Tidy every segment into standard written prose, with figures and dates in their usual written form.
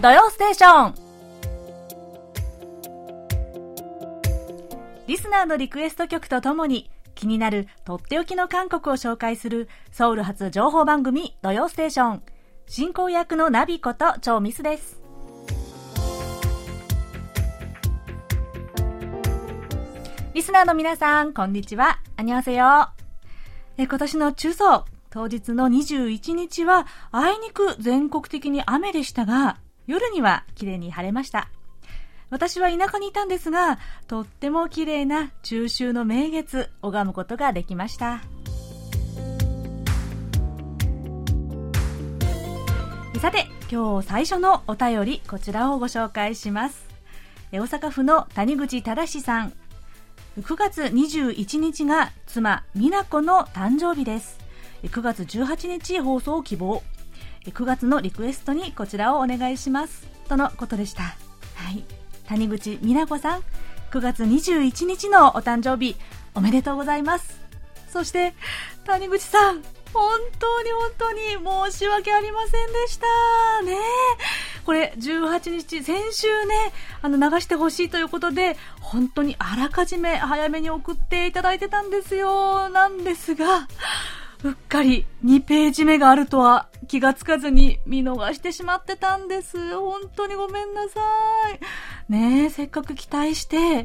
土曜ステーション。リスナーのリクエスト曲とともに気になるとっておきの韓国を紹介するソウル発情報番組土曜ステーション。進行役のナビことチョウミスです。リスナーの皆さん、こんにちは。안녕하세요。今年の中秋当日の21日はあいにく全国的に雨でしたが、夜には綺麗に晴れました。私は田舎にいたんですが、とっても綺麗な中秋の名月拝むことができました。さて、今日最初のお便り、こちらをご紹介します。大阪府の谷口正さん。9月21日が妻美奈子の誕生日です。9月18日放送を希望。9月のリクエストにこちらをお願いしますとのことでした。はい、谷口美奈子さん、9月21日のお誕生日おめでとうございます。そして谷口さん、本当に申し訳ありませんでしたね。これ18日、先週ね、流してほしいということで、本当にあらかじめ早めに送っていただいてたんですよ。なんですが、うっかり2ページ目があるとは気がつかずに見逃してしまってたんです。本当にごめんなさい。ねえ、せっかく期待して、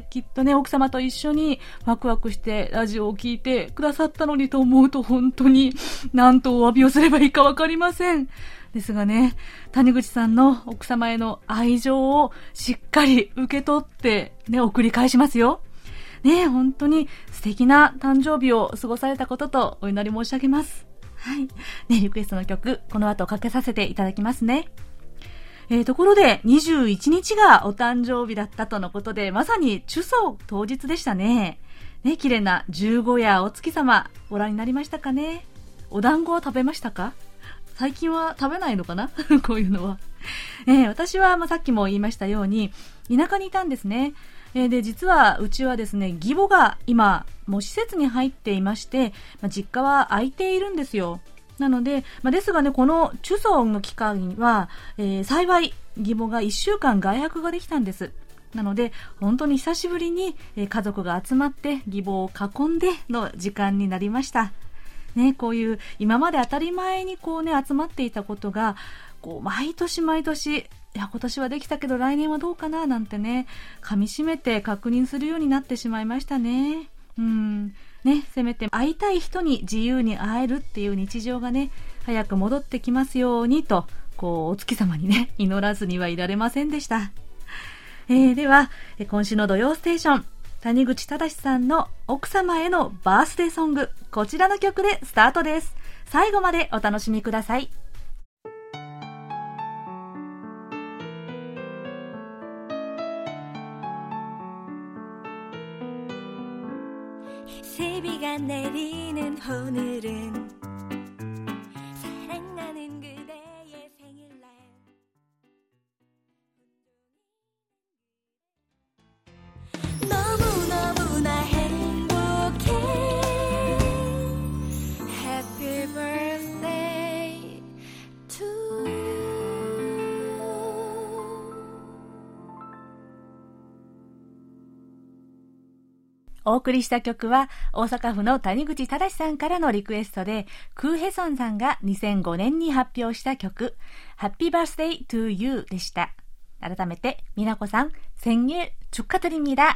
きっとね、奥様と一緒にワクワクしてラジオを聞いてくださったのにと思うと、本当に何とお詫びをすればいいかわかりません。ですがね、谷口さんの奥様への愛情をしっかり受け取ってね、送り返しますよ。ね、本当に素敵な誕生日を過ごされたこととお祈り申し上げます。はい。ね、リクエストの曲、この後かけさせていただきますね。ところで、21日がお誕生日だったとのことで、まさに中秋当日でしたね。ね、綺麗な十五夜お月様、ご覧になりましたかね。お団子は食べましたか？最近は食べないのかなこういうのは。私は、さっきも言いましたように、田舎にいたんですね。で、実はうちはですね、義母が今もう施設に入っていまして、実家は空いているんですよ。なので、ですがね、この中秋の期間は、幸い義母が1週間外泊ができたんです。なので本当に久しぶりに家族が集まって義母を囲んでの時間になりましたね。こういう今まで当たり前にこうね集まっていたことがこう毎年いや今年はできたけど来年はどうかななんてね、噛み締めて確認するようになってしまいましたね。ね、せめて会いたい人に自由に会えるっていう日常がね、早く戻ってきますようにと、こうお月様にね、祈らずにはいられませんでした。では、今週の土曜ステーション、谷口正さんの奥様へのバースデーソング、こちらの曲でスタートです。最後までお楽しみください。 새비가 내리는 오늘은 사랑하는 그대의 생일날 너무너무나 행복해 Happy birthday to you。 お送りした曲は大阪府の谷口正さんからのリクエストで、クーヘソンさんが2005年に発表した曲 Happy Birthday to You でした。改めて美奈子さん、생일 축하드립니다。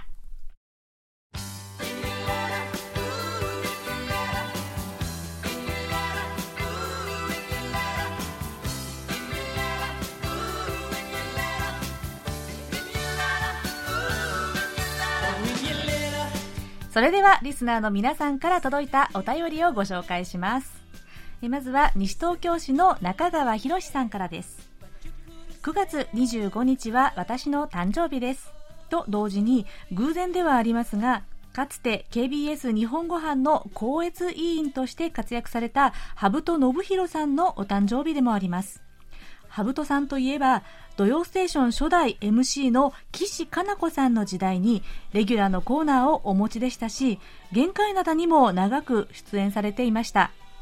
それではリスナーの皆さんから届いたお便りをご紹介します。まずは西東京市の中川博さんからです。9月25日は私の誕生日ですと同時に、偶然ではありますが、かつて KBS 日本語班の校閲委員として活躍された羽生信弘さんのお誕生日でもあります。羽生さんといえば、土曜ステーション初代 MC の岸加奈子さんの時代にレギュラーのコーナーをお持ちでしたし、限界灘にも長く出演されていました。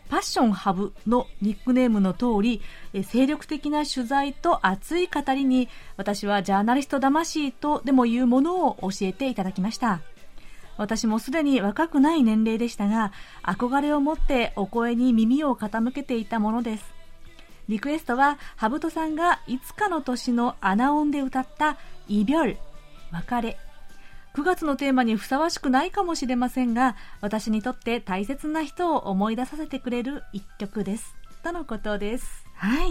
パッションハブのニックネームの通り、精力的な取材と熱い語りに、私はジャーナリスト魂とでもいうものを教えていただきました。私もすでに若くない年齢でしたが、憧れを持ってお声に耳を傾けていたものです。リクエストは、ハブトさんがいつかの年のアナ音で歌ったイビョル、別れ。9月のテーマにふさわしくないかもしれませんが、私にとって大切な人を思い出させてくれる一曲です。とのことです。はい。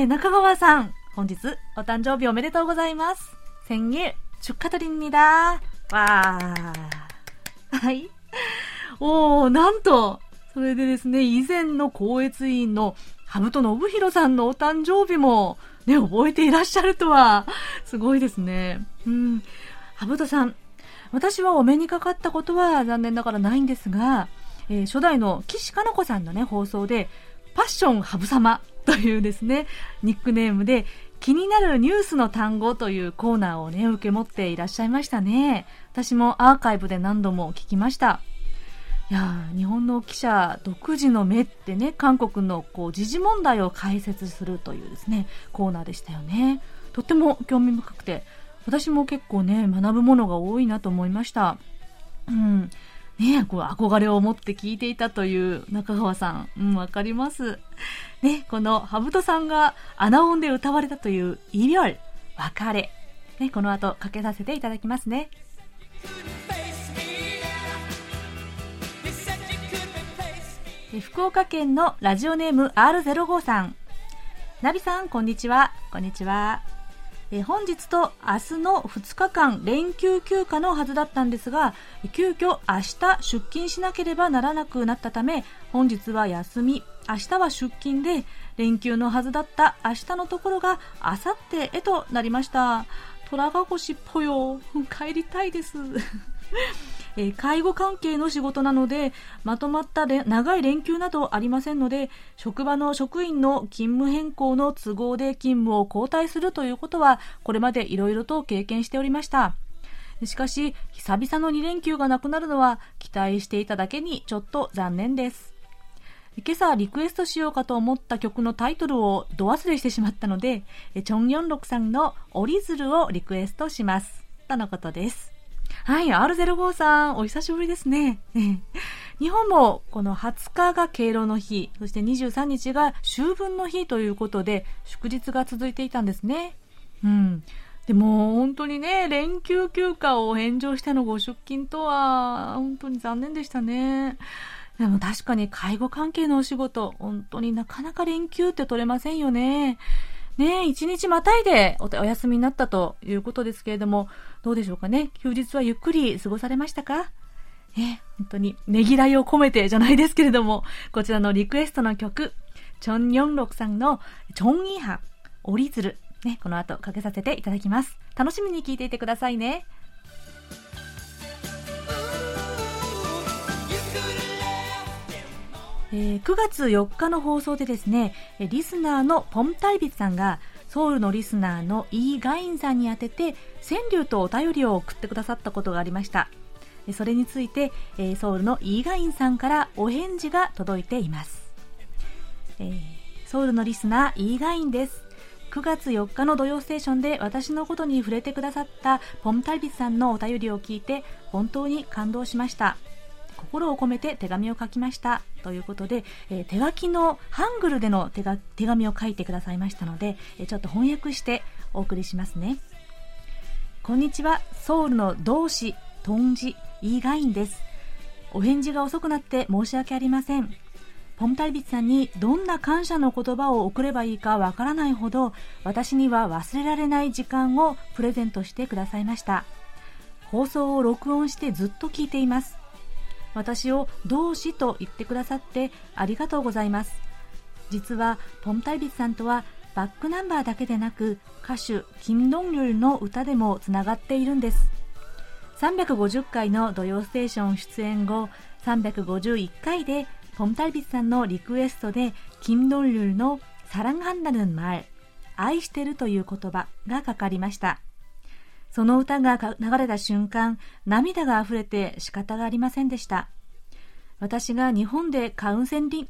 中川さん、本日お誕生日おめでとうございます。생일 축하드립니다。わー。はい。なんと、それでですね、以前の校閲委員の羽生信弘さんのお誕生日もね、覚えていらっしゃるとは、すごいですね。羽生さん、私はお目にかかったことは残念ながらないんですが、初代の岸加奈子さんのね、放送で、パッション羽生様というですね、ニックネームで、気になるニュースの単語というコーナーをね、受け持っていらっしゃいましたね。私もアーカイブで何度も聞きました。いや日本の記者独自の目ってね、韓国の時事問題を解説するというですね、コーナーでしたよね。とっても興味深くて、私も結構ね、学ぶものが多いなと思いました。憧れを持って聞いていたという中川さん、わかります。ね、このハブトさんがアナ音で歌われたというイビョル、別れ。ね、この後かけさせていただきますね。福岡県のラジオネーム R05 さん。ナビさん、こんにちは。こんにちは。本日と明日の2日間連休休暇のはずだったんですが、急遽明日出勤しなければならなくなったため、本日は休み、明日は出勤で、連休のはずだった明日のところが明後日へとなりました。돌아가고 싶어요。帰りたいです。介護関係の仕事なので、まとまった長い連休などありませんので、職場の職員の勤務変更の都合で勤務を交代するということは、これまでいろいろと経験しておりました。しかし、久々の2連休がなくなるのは、期待していただけにちょっと残念です。今朝リクエストしようかと思った曲のタイトルをど忘れしてしまったので、チョンヨンロクさんの折り鶴をリクエストします。とのことです。はい、R05 さん、お久しぶりですね。日本もこの20日が敬老の日、そして23日が秋分の日ということで、祝日が続いていたんですね。でも本当にね、連休休暇を返上したのご出勤とは、本当に残念でしたね。でも確かに介護関係のお仕事、本当になかなか連休って取れませんよね。一日またいでお休みになったということですけれども、どうでしょうかね。休日はゆっくり過ごされましたか？本当にねぎらいを込めてじゃないですけれども、こちらのリクエストの曲、チョンヨンロクさんのチョンイハ折り鶴、ね、この後かけさせていただきます。楽しみに聴いていてくださいね。9月4日の放送でですね、リスナーのポムタイビツさんがソウルのリスナーのイーガインさんに宛てて川柳とお便りを送ってくださったことがありました。それについてソウルのイーガインさんからお返事が届いています。ソウルのリスナーイーガインです。9月4日の土曜ステーションで私のことに触れてくださったポムタイビツさんのお便りを聞いて本当に感動しました。心を込めて手紙を書きましたということで、手書きのハングルでの手紙を書いてくださいましたので、ちょっと翻訳してお送りしますね。こんにちは、ソウルの同志トンジイーガインです。お返事が遅くなって申し訳ありません。ポムタイビツさんにどんな感謝の言葉を送ればいいかわからないほど、私には忘れられない時間をプレゼントしてくださいました。放送を録音してずっと聞いています。私を同志と言ってくださってありがとうございます。実はポムタイビツさんとはバックナンバーだけでなく、歌手キム・ドンリュルの歌でもつながっているんです。350回の土曜ステーション出演後、351回でポムタイビツさんのリクエストでキム・ドンリュルの사랑한다는 말、愛してるという言葉がかかりました。その歌が流れた瞬間、涙があふれて仕方がありませんでした。 私が日本でカウンセリング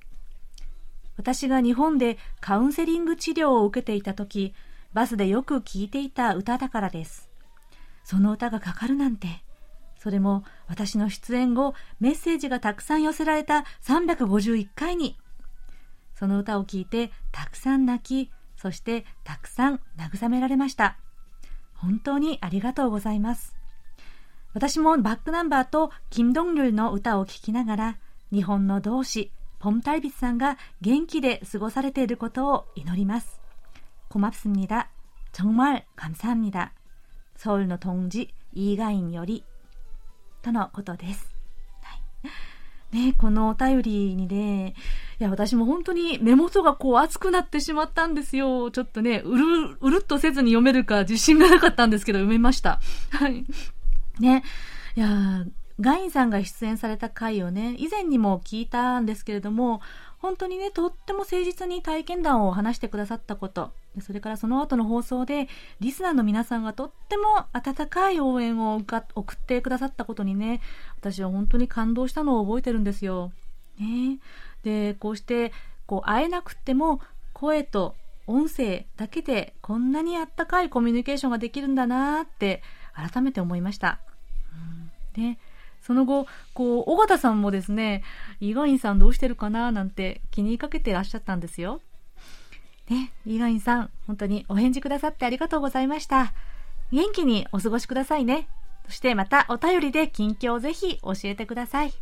治療を受けていた時、バスでよく聴いていた歌だからです。その歌がかかるなんて、それも私の出演後、メッセージがたくさん寄せられた351回に。その歌を聴いてたくさん泣き、そしてたくさん慰められました。本当にありがとうございます。私もバックナンバーと金東률の歌を聴きながら、日本の同志봄달빛さんが元気で過ごされていることを祈ります。고맙습니다。정말 감사합니다。서울の동지 이가인よりとのことです。ね、このお便りにね、いや私も本当に目元がこう熱くなってしまったんですよ。ちょっとね、うるっとせずに読めるか自信がなかったんですけど読めました。はい。ね、いやガインさんが出演された回をね、以前にも聞いたんですけれども、本当にね、とっても誠実に体験談を話してくださったこと、それからその後の放送でリスナーの皆さんがとっても温かい応援を送ってくださったことにね、私は本当に感動したのを覚えてるんですよ。ね、でこうして会えなくても声と音声だけでこんなにあったかいコミュニケーションができるんだなって改めて思いました。でその後尾形さんもですね、イガインさんどうしてるかななんて気にかけてらっしゃったんですよ。ね、イガインさん本当にお返事くださってありがとうございました。元気にお過ごしくださいね。そしてまたお便りで近況をぜひ教えてください。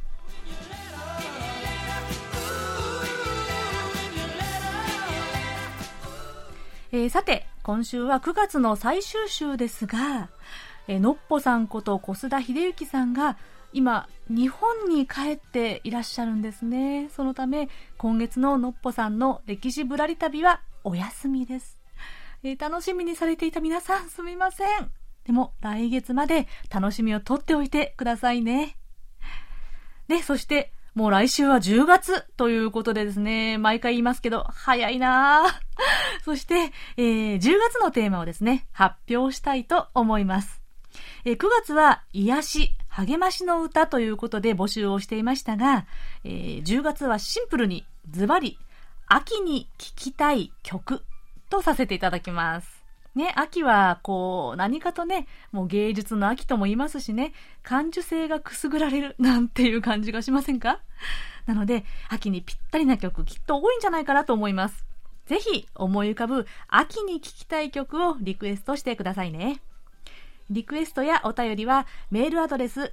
さて今週は9月の最終週ですが、のっぽさんこと小須田秀幸さんが今日本に帰っていらっしゃるんですね。そのため今月ののっぽさんの歴史ぶらり旅はお休みです。楽しみにされていた皆さんすみません。でも来月まで楽しみを取っておいてくださいね。でそしてもう来週は10月ということでですね、毎回言いますけど早いなそして、10月のテーマをですね発表したいと思います。9月は癒し励ましの歌ということで募集をしていましたが、10月はシンプルにズバリ秋に聴きたい曲とさせていただきます。ね、秋は何かとね、もう芸術の秋とも言いますしね、感受性がくすぐられるなんていう感じがしませんか？なので秋にぴったりな曲きっと多いんじゃないかなと思います。ぜひ思い浮かぶ秋に聴きたい曲をリクエストしてくださいね。リクエストやお便りはメールアドレス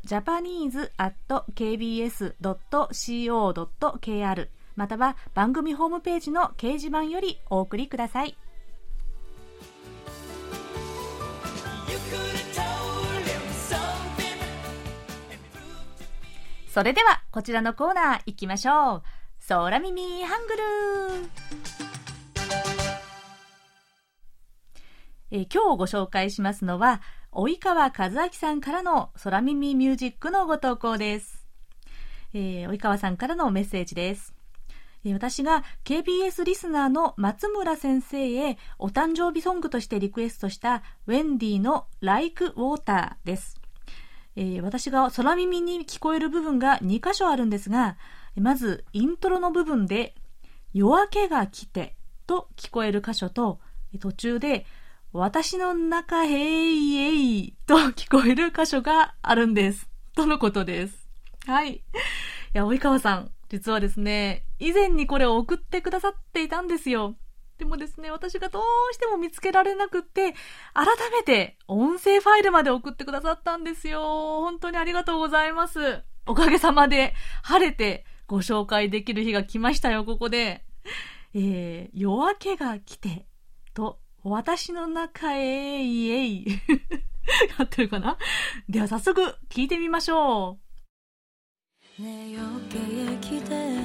japanese@kbs.co.kr または番組ホームページの掲示板よりお送りください。それではこちらのコーナー行きましょう。空耳ハングル。今日ご紹介しますのは及川和明さんからの空耳ミュージックのご投稿です。及川さんからのメッセージです。私が KBS リスナーの松村先生へお誕生日ソングとしてリクエストしたウェンディの Like Water です。私が空耳に聞こえる部分が2箇所あるんですが、まずイントロの部分で夜明けが来てと聞こえる箇所と、途中で私の中へいえいと聞こえる箇所があるんですとのことです。はい。いや、及川さん実はですね、以前にこれを送ってくださっていたんですよ。でもですね、私がどうしても見つけられなくって、改めて音声ファイルまで送ってくださったんですよ。本当にありがとうございます。おかげさまで晴れてご紹介できる日が来ましたよ、ここで。夜明けが来てと私の中へイエイやってるかな。では早速聞いてみましょう。내 어깨에 기대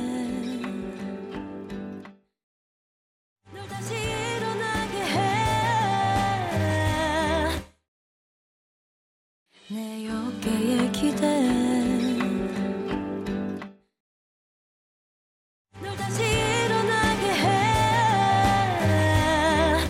널 다시 일어나게 해 내 어깨에 기대 널 다시 일어나게 해。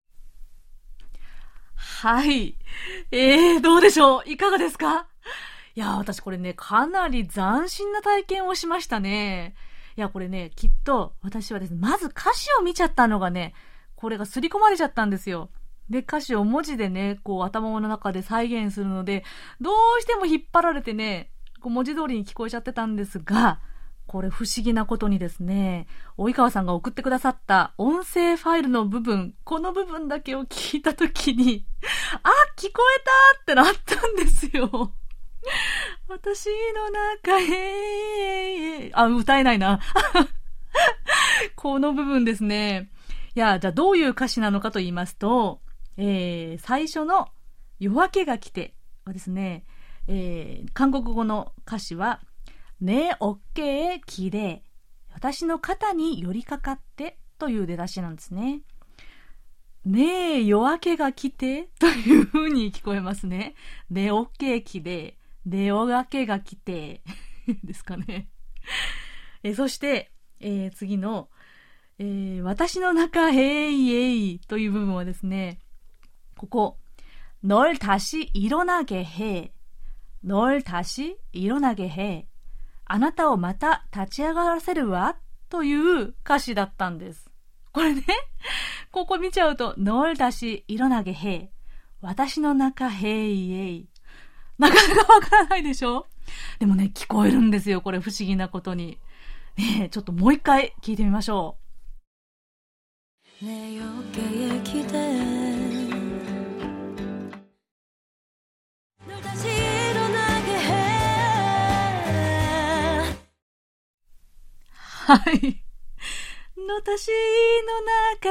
はい、どうでしょう、いかがですか？ いや、私これね、かなり斬新な体験をしましたね。いや、これね、きっと私はですね、まず歌詞を見ちゃったのがね、これが刷り込まれちゃったんですよ。で、歌詞を文字でね、こう頭の中で再現するので、どうしても引っ張られてね、こう文字通りに聞こえちゃってたんですが、これ不思議なことにですね、及川さんが送ってくださった音声ファイルの部分、この部分だけを聞いたときに、あ、聞こえたってなったんですよ。私の中へ、歌えないな。この部分ですね。いや、じゃあどういう歌詞なのかと言いますと、最初の夜明けが来てはですね、韓国語の歌詞は、ねおっけへきれ、私の肩に寄りかかってという出だしなんですね。ねえ、夜明けが来てという風に聞こえますね。ねおっけへきれ、ね夜明けが来てですかね。そして、次の、私の中へいえいという部分はですね、ここ、널 다시 일어나게 해。널 다시 일어나게 해。あなたをまた立ち上がらせるわという歌詞だったんです。これね、ここ見ちゃうと、널 다시 일어나게 해。私の中へいえい。なかなかわからないでしょ？でもね、聞こえるんですよ、これ不思議なことに。ね、ちょっともう一回聞いてみましょう。 내 어깨에 기대 널 다시 일어나게 해。 はい。私の中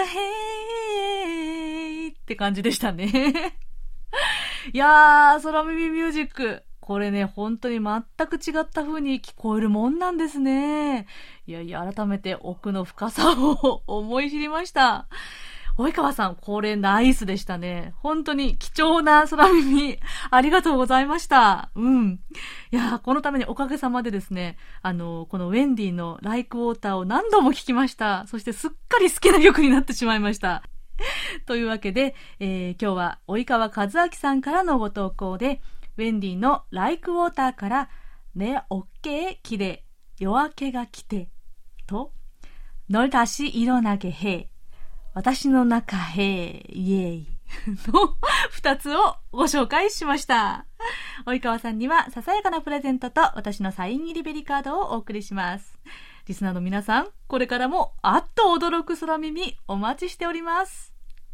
へって感じでしたね。いやー、空耳ミュージック。これね、本当に全く違った風に聞こえるもんなんですね。いやいや、改めて奥の深さを思い知りました。及川さん、これナイスでしたね。本当に貴重な空耳、ありがとうございました。うん。いや、このためにおかげさまでですね、このウェンディのライクウォーターを何度も聴きました。そしてすっかり好きな曲になってしまいました。というわけで、今日は及川和明さんからのご投稿で、ウェンディのライクウォーターからねおっけへきれ夜明けが来てと널 다시 일어나게 해私の中へイエイの2つをご紹介しました。及川さんにはささやかなプレゼントと私のサイン入りベリカードをお送りします。リスナーの皆さん、これからもあっと驚く空耳お待ちしております。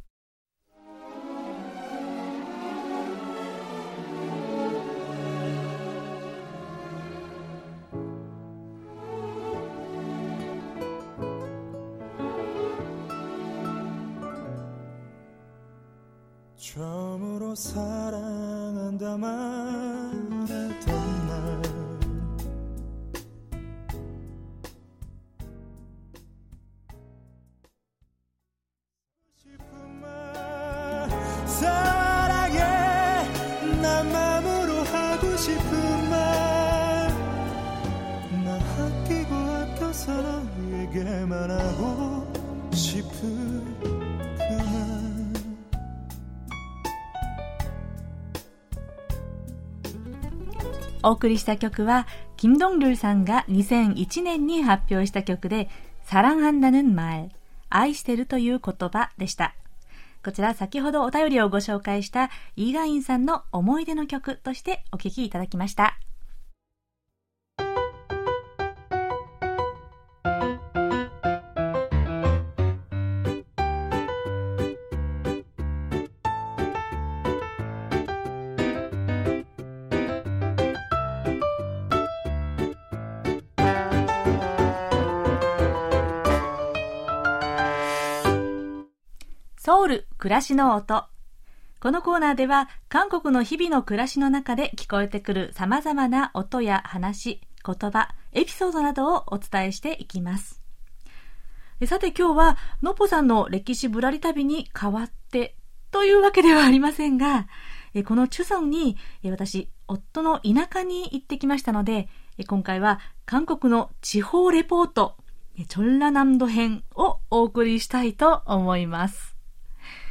처음으로 사랑한다 말했던 날 싶은 말 사랑해 난 맘으로 하고 싶은 말 난 아끼고 아껴서 너에게만 하고 싶은 그 말 お送りした曲はキム・ドンルルさんが2001年に発表した曲で사랑한다는 말、愛してるという言葉でした。こちら先ほどお便りをご紹介したイーガインさんの思い出の曲としてお聴きいただきました。ソウル暮らしの音。このコーナーでは韓国の日々の暮らしの中で聞こえてくる様々な音や話、言葉、エピソードなどをお伝えしていきます。さて今日はのっぽさんの歴史ぶらり旅に代わってというわけではありませんが、このチュソンに私、夫の田舎に行ってきましたので、今回は韓国の地方レポート、チョンラナムド編をお送りしたいと思います。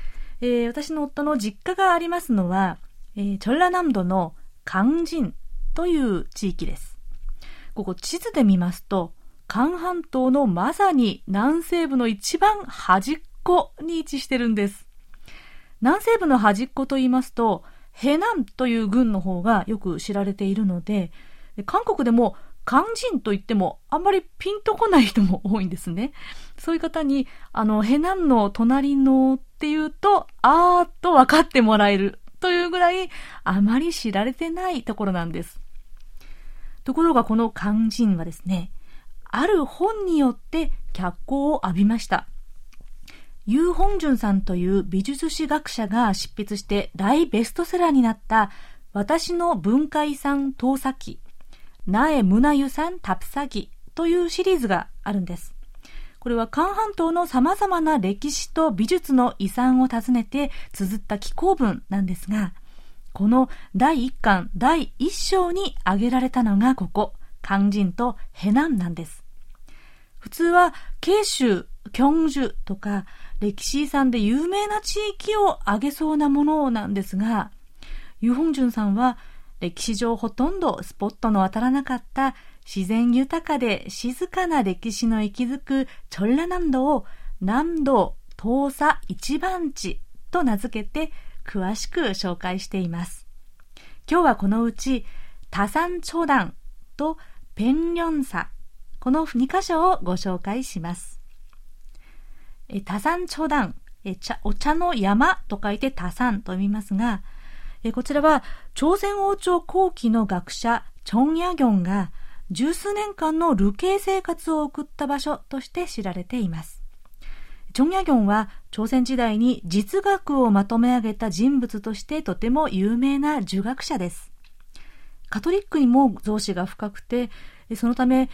私の夫の実家がありますのは、チョンラナムドのカンジンという地域です。ここ地図で見ますと、韓半島のまさに南西部の一番端っこに位置してるんです。南西部の端っこと言いますと、ヘナンという郡の方がよく知られているので、韓国でも韓人と言ってもあんまりピンとこない人も多いんですね。そういう方にヘナンの隣のっていうとあーっと分かってもらえるというぐらいあまり知られてないところなんです。ところがこの韓人はですね、ある本によって脚光を浴びました。ユー・ホンジュンさんという美術史学者が執筆して大ベストセラーになった私の文化遺産探査記나의 문화유산 답사기というシリーズがあるんです。これは韓半島の様々な歴史と美術の遺産を訪ねて綴った紀行文なんですが、この第1巻第1章に挙げられたのがここ、韓人とヘナンなんです。普通は慶州、경주とか歴史遺産で有名な地域を挙げそうなものなんですが、ユー・ホンジュンさんは歴史上ほとんどスポットの当たらなかった自然豊かで静かな歴史の息づくチョンラ南道を南道東査一番地と名付けて詳しく紹介しています。今日はこのうちタサンチョダンとペンリョンサ、この2箇所をご紹介します。タサンチョダン、お茶の山と書いてタサンと読みますが、こちらは朝鮮王朝後期の学者チョン・ヤギョンが十数年間の流刑生活を送った場所として知られています。チョン・ヤギョンは朝鮮時代に実学をまとめ上げた人物としてとても有名な儒学者です。カトリックにも造詣が深くて、そのため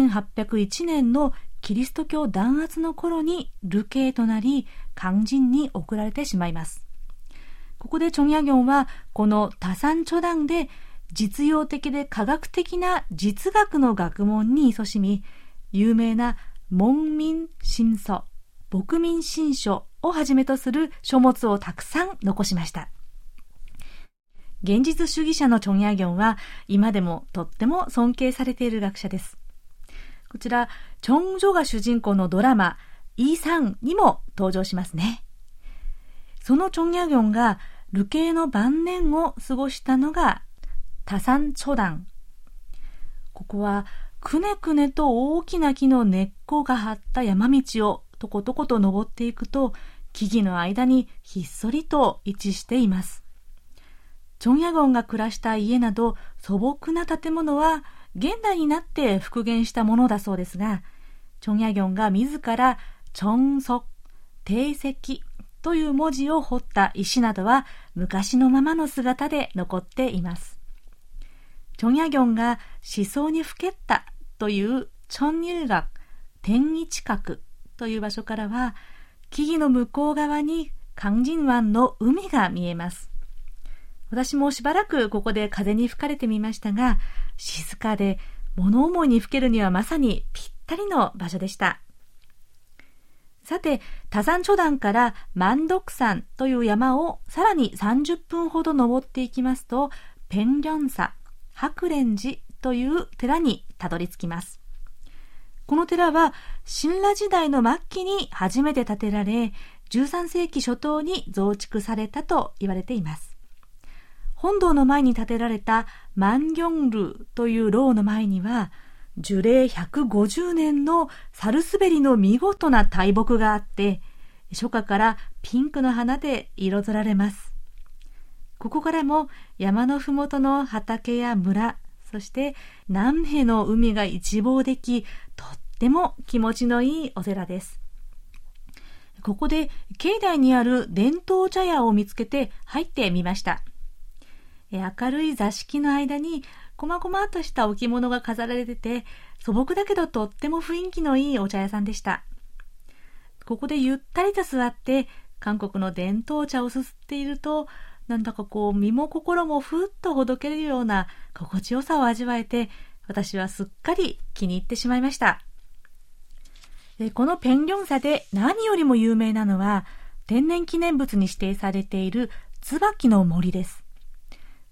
1801年のキリスト教弾圧の頃に流刑となり韓人に送られてしまいます。ここでチョン・ヤギョンはこのタサンチョダンで実用的で科学的な実学の学問に勤しみ、有名な蒙民新書、牧民新書をはじめとする書物をたくさん残しました。現実主義者のチョン・ヤギョンは今でもとっても尊敬されている学者です。こちらチョン・ジョが主人公のドラマイーサンにも登場しますね。そのチョン・ヤギョンが流刑の晩年を過ごしたのがタサンチョダン。ここはくねくねと大きな木の根っこが張った山道をとことこと登っていくと、木々の間にひっそりと位置しています。チョン・ヤギョンが暮らした家など素朴な建物は現代になって復元したものだそうですが、チョン・ヤギョンが自らチョンソク、定石という文字を彫った石などは昔のままの姿で残っています。チョン・ヤギョンが思想にふけったというチョンニル学、天一近くという場所からは木々の向こう側に韓人湾の海が見えます。私もしばらくここで風に吹かれてみましたが、静かで物思いにふけるにはまさにぴったりの場所でした。さて、タサンチョダンからマンドク山という山をさらに30分ほど登っていきますと、ペンリョンサ、白蓮寺という寺にたどり着きます。この寺は新羅時代の末期に初めて建てられ、13世紀初頭に増築されたと言われています。本堂の前に建てられた万行ルという楼の前には、樹齢150年のサルスベリの見事な大木があって、初夏からピンクの花で彩られます。ここからも山のふもとの畑や村、そして南辺の海が一望でき、とっても気持ちのいいお寺です。ここで境内にある伝統茶屋を見つけて入ってみました。明るい座敷の間にこまごまとした置物が飾られてて、素朴だけどとっても雰囲気のいいお茶屋さんでした。ここでゆったりと座って韓国の伝統茶をすすっていると、なんだか身も心もふっとほどけるような心地よさを味わえて、私はすっかり気に入ってしまいました。このペンリョンサで何よりも有名なのは天然記念物に指定されている椿の森です。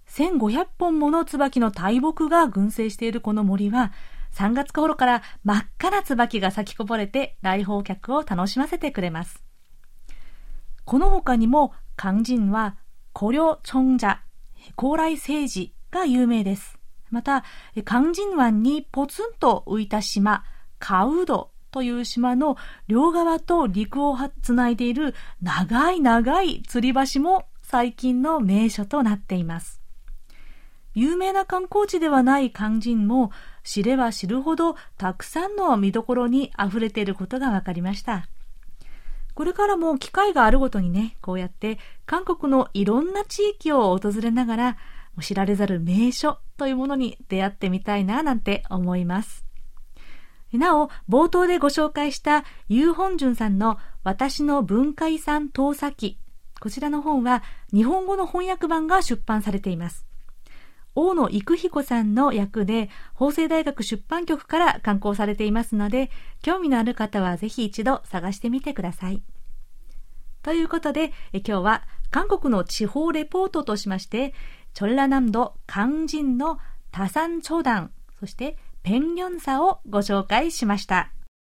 1500本もの椿の大木が群生しているこの森は、3月頃から真っ赤な椿が咲きこぼれて来訪客を楽しませてくれます。この他にも강진は고려청자、高麗聖寺が有名です。また、강진湾にポツンと浮いた島、カウドという島の両側と陸をつないでいる長い長い吊り橋も最近の名所となっています。有名な観光地ではない강진も知れば知るほどたくさんの見どころに溢れていることが分かりました。これからも機会があるごとにね、こうやって韓国のいろんな地域を訪れながら知られざる名所というものに出会ってみたいななんて思います。なお、冒頭でご紹介したユー・ホンジュンさんの私の文化遺産探査記、こちらの本は日本語の翻訳版が出版されています。大野育彦さんの役で法政大学出版局から刊行されていますので、興味のある方はぜひ一度探してみてください。ということで、今日は韓国の地方レポートとしまして、전라남도 강진の다산초당、そして백년사をご紹介しました。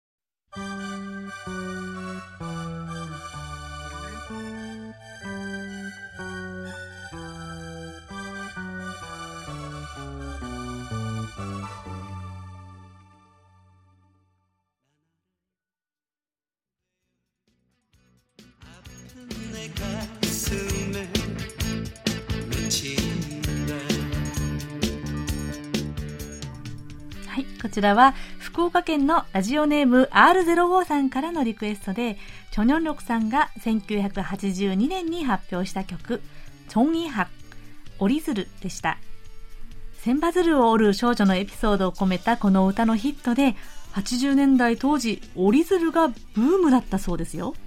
はい、こちらは福岡県のラジオネーム R05 さんからのリクエストで、チョニョンロクさんが1982年に発表した曲、チョンイハク、折り鶴でした。千羽鶴を折る少女のエピソードを込めたこの歌のヒットで、80年代当時、折り鶴がブームだったそうですよ。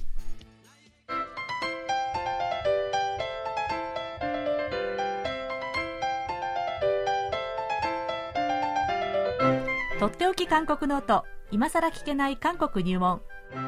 とっておき韓国ノート、今さら聞けない韓国入門。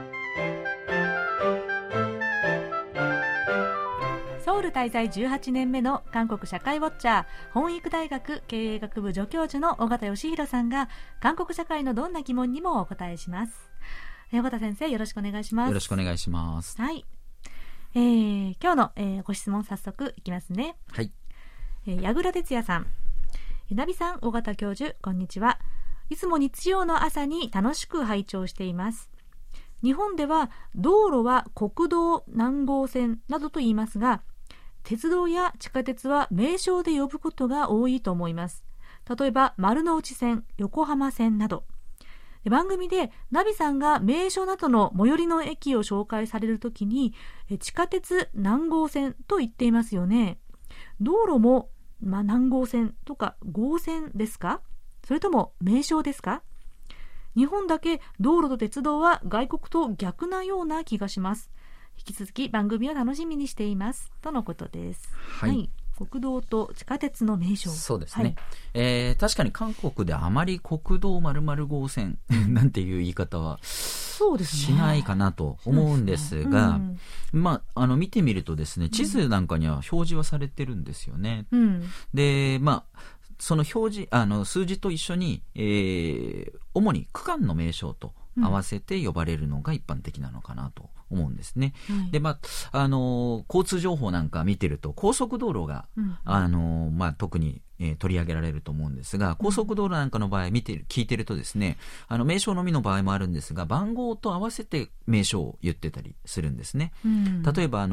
ソウル滞在18年目の韓国社会ウォッチャー、本育大学経営学部助教授の尾形義弘さんが、韓国社会のどんな疑問にもお答えします。尾形先生、よろしくお願いします。 よろしくお願いします。 はい。今日の、ご質問早速いきますね。 はい。 矢倉哲也さん、ナビさん、尾形教授、こんにちは。いつも日曜の朝に楽しく拝聴しています。日本では道路は国道何号線などと言いますが、鉄道や地下鉄は名称で呼ぶことが多いと思います。例えば丸の内線、横浜線など。番組でナビさんが名所などの最寄りの駅を紹介されるときに、地下鉄何号線と言っていますよね。道路も、何号線とか号線ですか？それとも名称ですか？日本だけ道路と鉄道は外国と逆なような気がします。引き続き番組を楽しみにしていますとのことです。 はい。 国道と地下鉄の名称。 そうですね。確かに韓国であまり国道〇〇号線なんていう言い方はそうですね、 しないかなと思うんですが、見てみるとですね、地図なんかには表示はされてるんですよね。で、その表示、数字と一緒に、主に区間の名称と合わせて呼ばれるのが一般的なのかなと思うんですね。で、交通情報なんか見てると、高速道路が、特に、取り上げられると思うんですが、高速道路なんかの場合聞いてるとですね、名称のみの場合もあるんですが、番号と合わせて名称を言ってたりするんですね。例えば、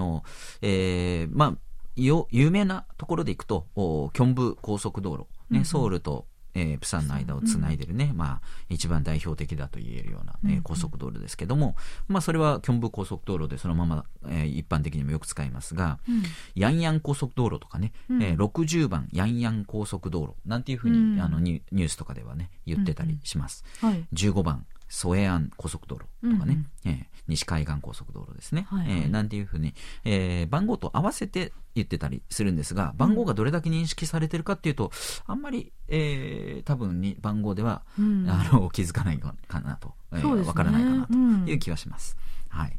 有名なところで行くと、キョンブ高速道路、ね、ソウルと、プサンの間をつないでるね、一番代表的だと言えるような、高速道路ですけども、それはキョンブ高速道路でそのまま、一般的にもよく使いますが、ヤンヤン高速道路とかね、60番ヤンヤン高速道路なんていうふうに、ニュースとかではね言ってたりします。15番ソエアン高速道路とかね、西海岸高速道路ですね、なんていうふうに、番号と合わせて言ってたりするんですが、番号がどれだけ認識されてるかっていうと、あんまり、多分に番号では、気づかないかなと、わからないかなという気はします。はい。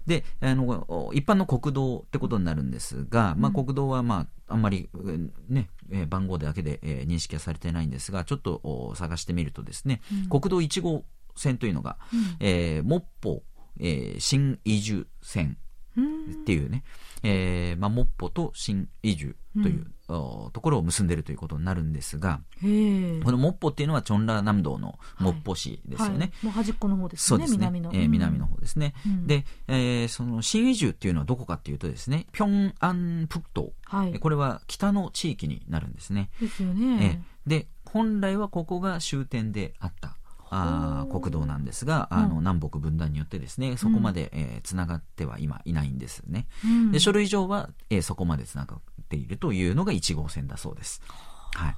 で一般の国道ってことになるんですが、国道はあんまり、ね、番号だけで、認識はされてないんですが、ちょっと探してみるとですね、国道1号線というのが、木浦、新移住線っていうね、木浦と新移住という、ところを結んでいるということになるんですが、この木浦っていうのはチョンラ南道の木浦市ですよね。 もう端っこの方ですね。 そうですね。 南の、 南の方ですね。で、その新移住っていうのはどこかっていうとですね、平安北道、これは北の地域になるんですね。 ですよね。 で、本来はここが終点であった国道なんですが、南北分断によってですね、そこまでつながっては今いないんですね。で、書類上はそこまでつながっているというのが1号線だそうです。はい。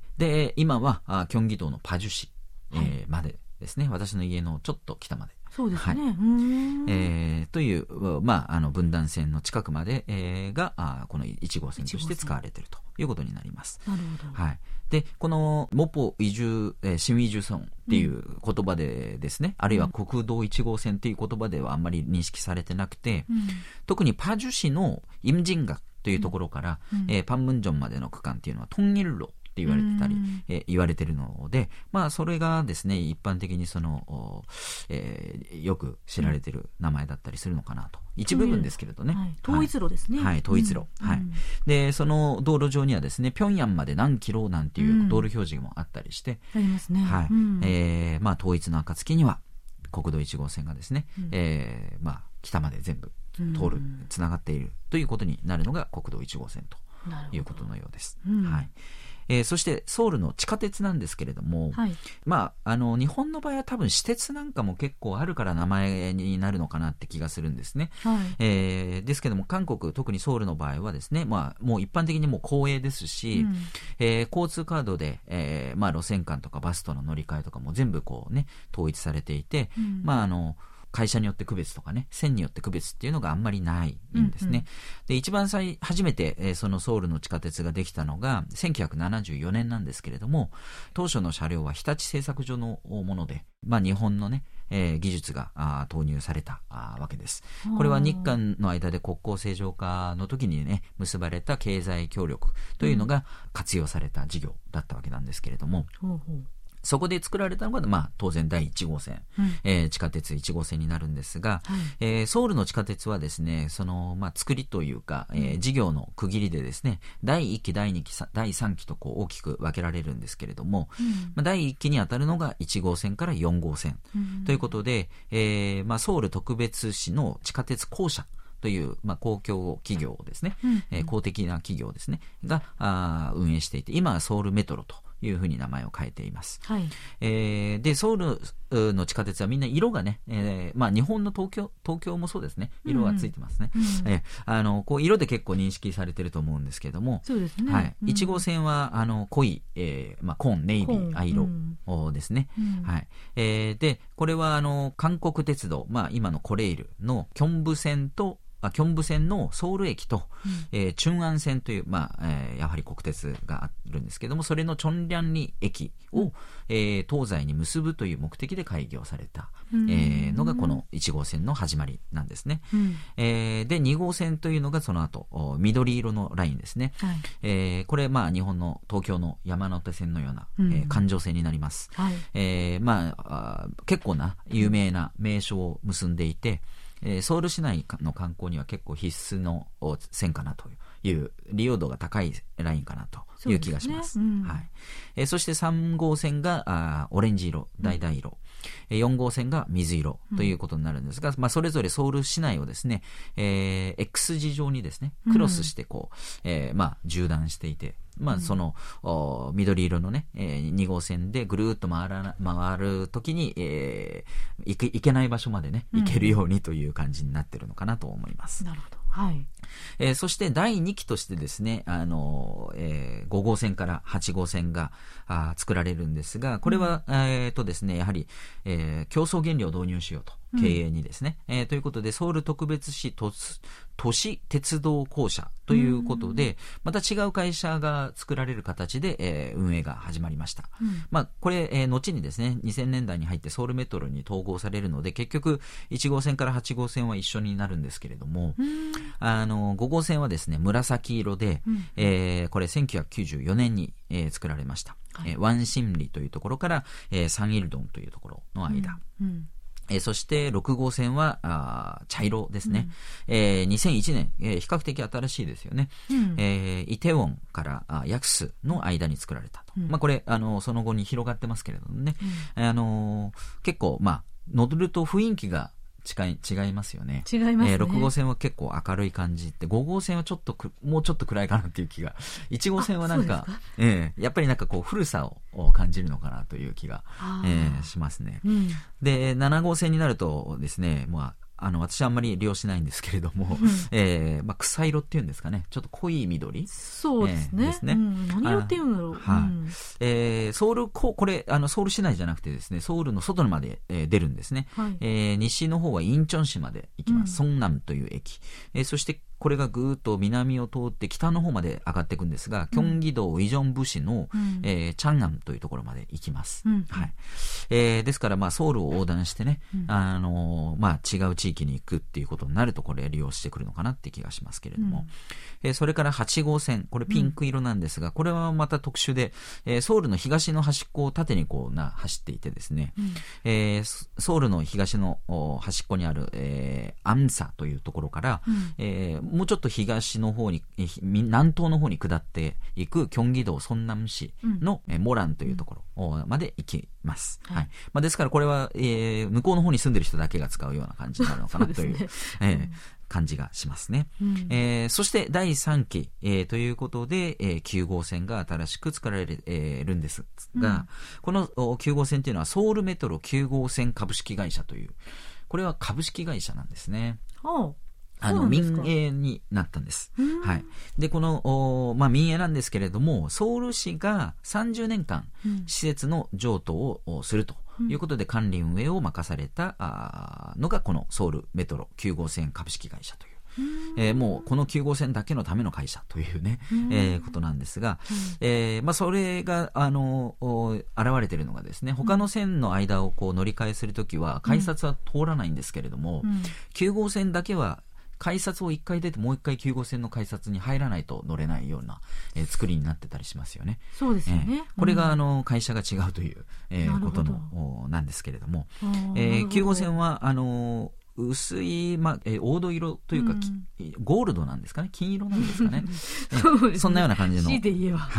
で、今はキョンギ道のパジュ市、までですね、私の家のちょっと北まで。 そうですね。 という、分断線の近くまで、がこの1号線として使われているということになります。 なるほど。 はい。で、この木浦移住、新移住村っていう言葉でですね、あるいは国道1号線っていう言葉ではあんまり認識されてなくて、特にパジュ市のイムジンガというところから、パンムンジョンまでの区間っていうのはトンゲル路って言われてたり、言われてるので、それがですね、一般的によく知られてる名前だったりするのかなと。一部分ですけれどね。 統一路ですね。 はい、統一路。はい。で、その道路上にはですね、平壌まで何キロなんていう道路表示もあったりして、 ありますね。 はい。統一の暁には、国道1号線がですね、北まで全部通る、つながっているということになるのが国道1号線ということのようです。はい。そしてソウルの地下鉄なんですけれども、日本の場合は多分私鉄なんかも結構あるから名前になるのかなって気がするんですね。ですけども韓国、特にソウルの場合はですね、もう一般的にもう公営ですし、交通カードで、路線間とかバスとの乗り換えとかも全部こうね、統一されていて、会社によって区別とかね、線によって区別っていうのがあんまりないんですね。で、一番初めて、そのソウルの地下鉄ができたのが1974年なんですけれども、当初の車両は日立製作所のもので、日本のね、技術が投入されたわけです。これは日韓の間で国交正常化の時にね、結ばれた経済協力というのが活用された事業だったわけなんですけれども、そこで作られたのが、当然第1号線、地下鉄1号線になるんですが、ソウルの地下鉄はですね、作りというか、事業の区切りでですね、第1期、第2期、第3期とこう大きく分けられるんですけれども、第1期に当たるのが1号線から4号線、ということで、ソウル特別市の地下鉄公社という、公共企業ですね、公的な企業ですね、が運営していて、今はソウルメトロというふうに名前を変えています。で、ソウルの地下鉄はみんな色がね、日本の東京もそうですね、色がついてますね。こう色で結構認識されてると思うんですけれども、 そうですね。 1号線は濃い、紺、ネイビー、藍色ですね。で、これは韓国鉄道、今のコレイルのキョンブ線のソウル駅と、チュンアン線という、やはり国鉄があるんですけども、それのチョンリャンリ駅を、東西に結ぶという目的で開業された、のがこの1号線の始まりなんですね。で、2号線というのがその後、緑色のラインですね。これ、日本の東京の山手線のような、環状線になります。結構な有名な名所を結んでいて、ソウル市内の観光には結構必須の線かなという利用度が高いラインかなという気がします。そして3号線がオレンジ色、橙色、4号線が水色ということになるんですが、それぞれソウル市内をですね、X 字状にですね、クロスしてこう、縦断していて、その緑色のね、2号線でぐるーっと回るときに、行けない場所までね、行けるようにという感じになってるのかなと思います。 なるほど。 そして第2期としてですね、5号線から8号線が作られるんですが、これは、ですね、やはり、競争原理を導入しようと、経営にですね。ということで、ソウル特別市都市鉄道公社ということで、また違う会社が作られる形で、運営が始まりました。これ、後にですね、2000年代に入ってソウルメトロに統合されるので、結局1号線から8号線は一緒になるんですけれども、5号線はですね、紫色で、これ1994年に、作られました。ワンシンリというところから、サンイルドンというところの間。そして6号線は茶色ですね。2001年、比較的新しいですよね。イテウォンからヤクスの間に作られたと。これその後に広がってますけれどもね。結構乗ると雰囲気が違いますよね。 違いますね。 6号線は結構明るい感じで、5号線はもうちょっと暗いかなっていう気が、1号線はなんか、やっぱりなんかこう古さを感じるのかなという気が、しますね。で、7号線になるとですね、私はあんまり利用しないんですけれども、草色っていうんですかね、ちょっと濃い緑。 そうですね。何色っていうんだろう。 これソウル市内じゃなくてですね、ソウルの外まで、出るんですね。西の方はインチョン市まで行きます。ソンナムという駅。そしてこれがぐーっと南を通って北の方まで上がっていくんですが、キョンギ道イジョンブ市の、チャンアンというところまで行きます。ですからソウルを横断してね、違う地域に行くっていうことになると、これ利用してくるのかなって気がしますけれども、それから8号線、これピンク色なんですが、これはまた特殊で、ソウルの東の端っこを縦に走っていてですね、ソウルの東の端っこにある、アンサというところから、もうちょっと東の方に、南東の方に下っていくキョンギ道ソンナム市の、モランというところまで行きます。ですからこれは、向こうの方に住んでる人だけが使うような感じになるのかなという、感じがしますね。そして第3期、ということで、9号線が新しく作られるんですが、この9号線というのはソウルメトロ9号線株式会社という、これは株式会社なんですね。民営になったんです。で、この、民営なんですけれども、ソウル市が30年間、施設の譲渡をするということで、管理運営を任されたのが、このソウルメトロ9号線株式会社という。もうこの9号線だけのための会社というね、ことなんですが、それが現れているのがですね、他の線の間を乗り換えするときは改札は通らないんですけれども、9号線だけは改札を1回出てもう1回9号線の改札に入らないと乗れないような、作りになってたりしますよね。 そうですよね。 これが会社が違うという、ことなんですけれども、9号線は薄い、黄土色というか、ゴールドなんですかね、金色なんですかね。そんなような感じの。 で言えば。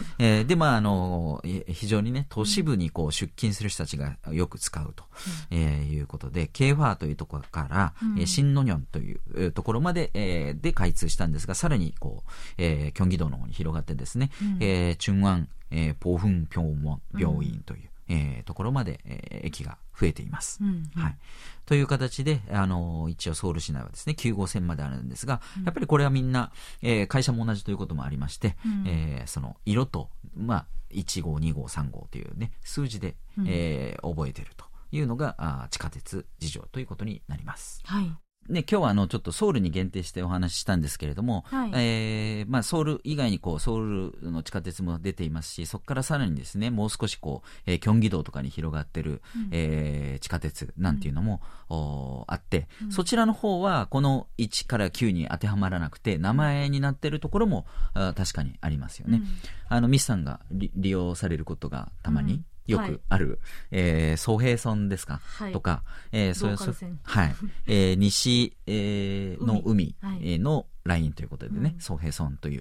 で、非常にね、都市部に出勤する人たちがよく使うと、いうことで、ケーファーというところから、シンノニョンというところまで、で開通したんですが、さらにキョンギ道の方に広がってですね、チュンワン、ポーフンピョンウォン病院という、ところまで、駅が増えています。という形で、一応ソウル市内はですね、9号線まであるんですが、やっぱりこれはみんな、会社も同じということもありまして、その色と、1号、2号、3号というね、数字で、覚えているというのが地下鉄事情ということになります。今日はちょっとソウルに限定してお話ししたんですけれども、ソウル以外にソウルの地下鉄も出ていますし、そこからさらにですね、もう少しキョンギ道とかに広がってる、地下鉄なんていうのも、あって、そちらの方はこの1から9に当てはまらなくて、名前になってるところも確かにありますよね。ミスさんが利用されることがたまに、よくある、ソヘイソンですか、とか、西、の海のラインということでね、ソヘイソンという、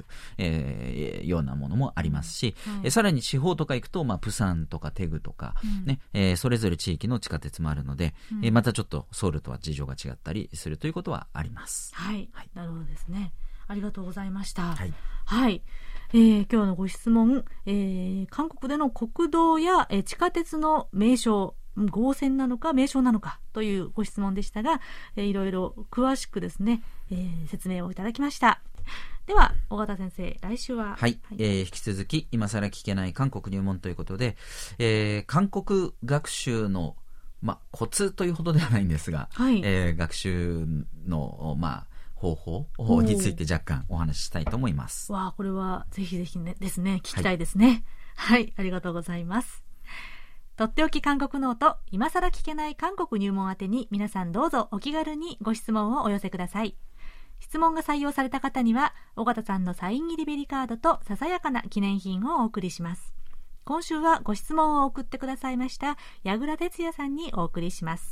ようなものもありますし、さらに地方とか行くと、プサンとかテグとか、それぞれ地域の地下鉄もあるので、またちょっとソウルとは事情が違ったりするということはあります。 なるほどですね。ありがとうございました。今日のご質問、韓国での国道や、地下鉄の名称、号線なのか名称なのかというご質問でしたが、いろいろ詳しくですね、説明をいただきました。では尾形先生、来週は引き続き今更聞けない韓国入門ということで、韓国学習のコツというほどではないんですが、学習の方法について若干お話ししたいと思います。 わあ、これはぜひぜひねですね、聞きたいですね。はい、ありがとうございます。とっておき韓国ノート、今さら聞けない韓国入門宛てに皆さんどうぞお気軽にご質問をお寄せください。質問が採用された方には尾形さんのサイン入りベリカードとささやかな記念品をお送りします。今週はご質問を送ってくださいました矢倉哲也さんにお送りします。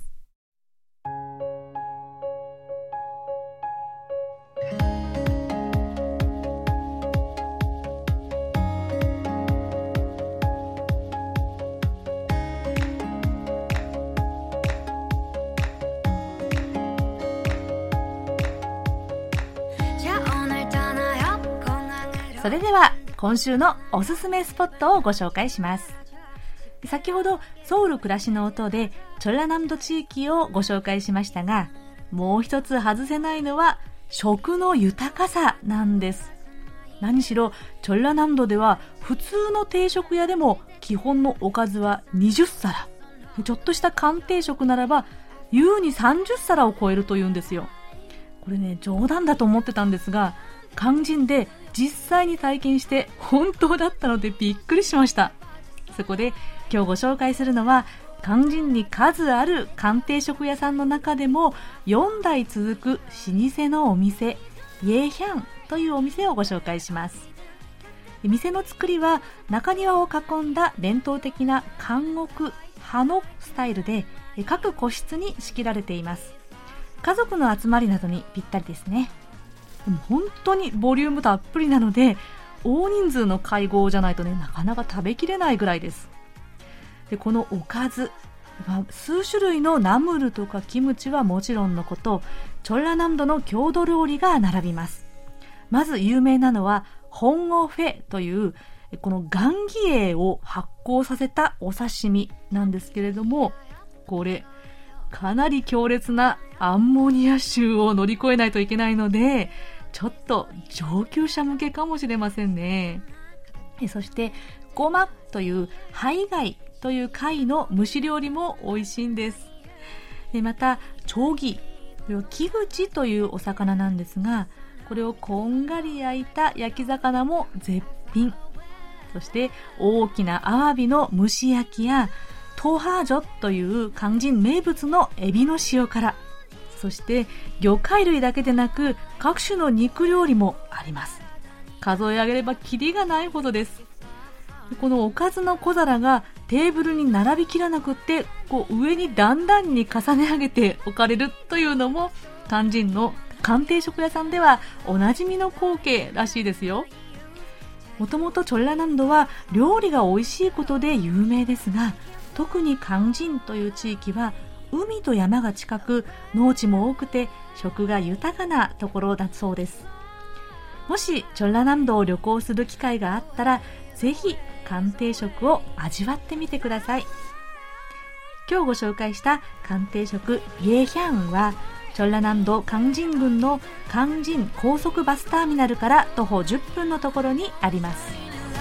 それでは今週のおすすめスポットをご紹介します。先ほどソウル暮らしの音でチョルラナムド地域をご紹介しましたが、もう一つ外せないのは食の豊かさなんです。何しろチョルラナムドでは普通の定食屋でも基本のおかずは20皿、ちょっとした寒定食ならば優に30皿を超えるというんですよ。これね、冗談だと思ってたんですが、肝心で実際に体験して本当だったのでびっくりしました。そこで今日ご紹介するのは、肝心に数ある寒定食屋さんの中でも4代続く老舗のお店、イェヒャンというお店をご紹介します。店の作りは中庭を囲んだ伝統的な監獄葉のスタイルで、各個室に仕切られています。家族の集まりなどにぴったりですね。でも本当にボリュームたっぷりなので、大人数の会合じゃないとね、なかなか食べきれないぐらいです。で、このおかず、数種類のナムルとかキムチはもちろんのこと、チョルラナムドの郷土料理が並びます。まず有名なのはホンオフェというこのガンギエを発酵させたお刺身なんですけれども、これかなり強烈なアンモニア臭を乗り越えないといけないので、ちょっと上級者向けかもしれませんね。そしてゴマというハイガイという貝の蒸し料理も美味しいんです。またチョギ、キグチというお魚なんですが、これをこんがり焼いた焼き魚も絶品。そして大きなアワビの蒸し焼きやトハージョという肝心名物のエビの塩辛、そして魚介類だけでなく各種の肉料理もあります。数え上げればキリがないほどです。このおかずの小皿がテーブルに並びきらなくって、上に段々に重ね上げて置かれるというのも肝心の寒定食屋さんではおなじみの光景らしいですよ。もともとチョルラナムドは料理が美味しいことで有名ですが、特に肝心という地域は海と山が近く、農地も多くて食が豊かなところだそうです。もしチョルラナムドを旅行する機会があったら、ぜひ寒定食を味わってみてください。今日ご紹介した寒定食イェヒャンはチョルラナムド肝心郡の肝心高速バスターミナルから徒歩10分のところにあります。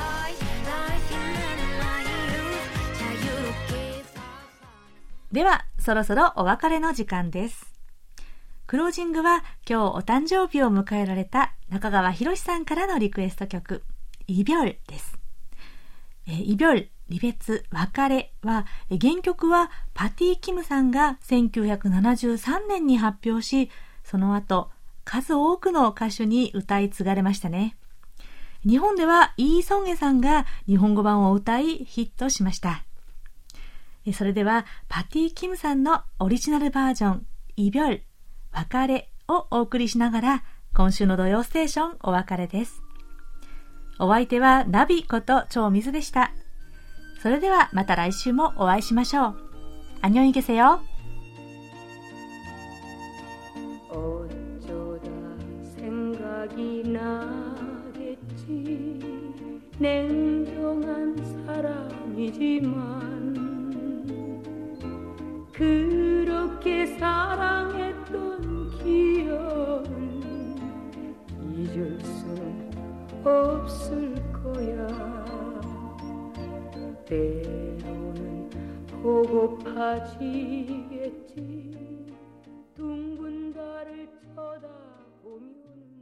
ではそろそろお別れの時間です。クロージングは今日お誕生日を迎えられた中川博さんからのリクエスト曲、イビョルです。イビョル、離別、別れは、原曲はパティ・キムさんが1973年に発表し、その後数多くの歌手に歌い継がれましたね。日本ではイ・ソンエさんが日本語版を歌いヒットしました。それではパティ・キムさんのオリジナルバージョン、イビョル、別れをお送りしながら、今週の土曜ステーションお別れです。お相手はナビこと超水でした。それではまた来週もお会いしましょう。안녕히 계세요。 때로는 보고파지겠지. 둥근 달을 쳐다보 오면은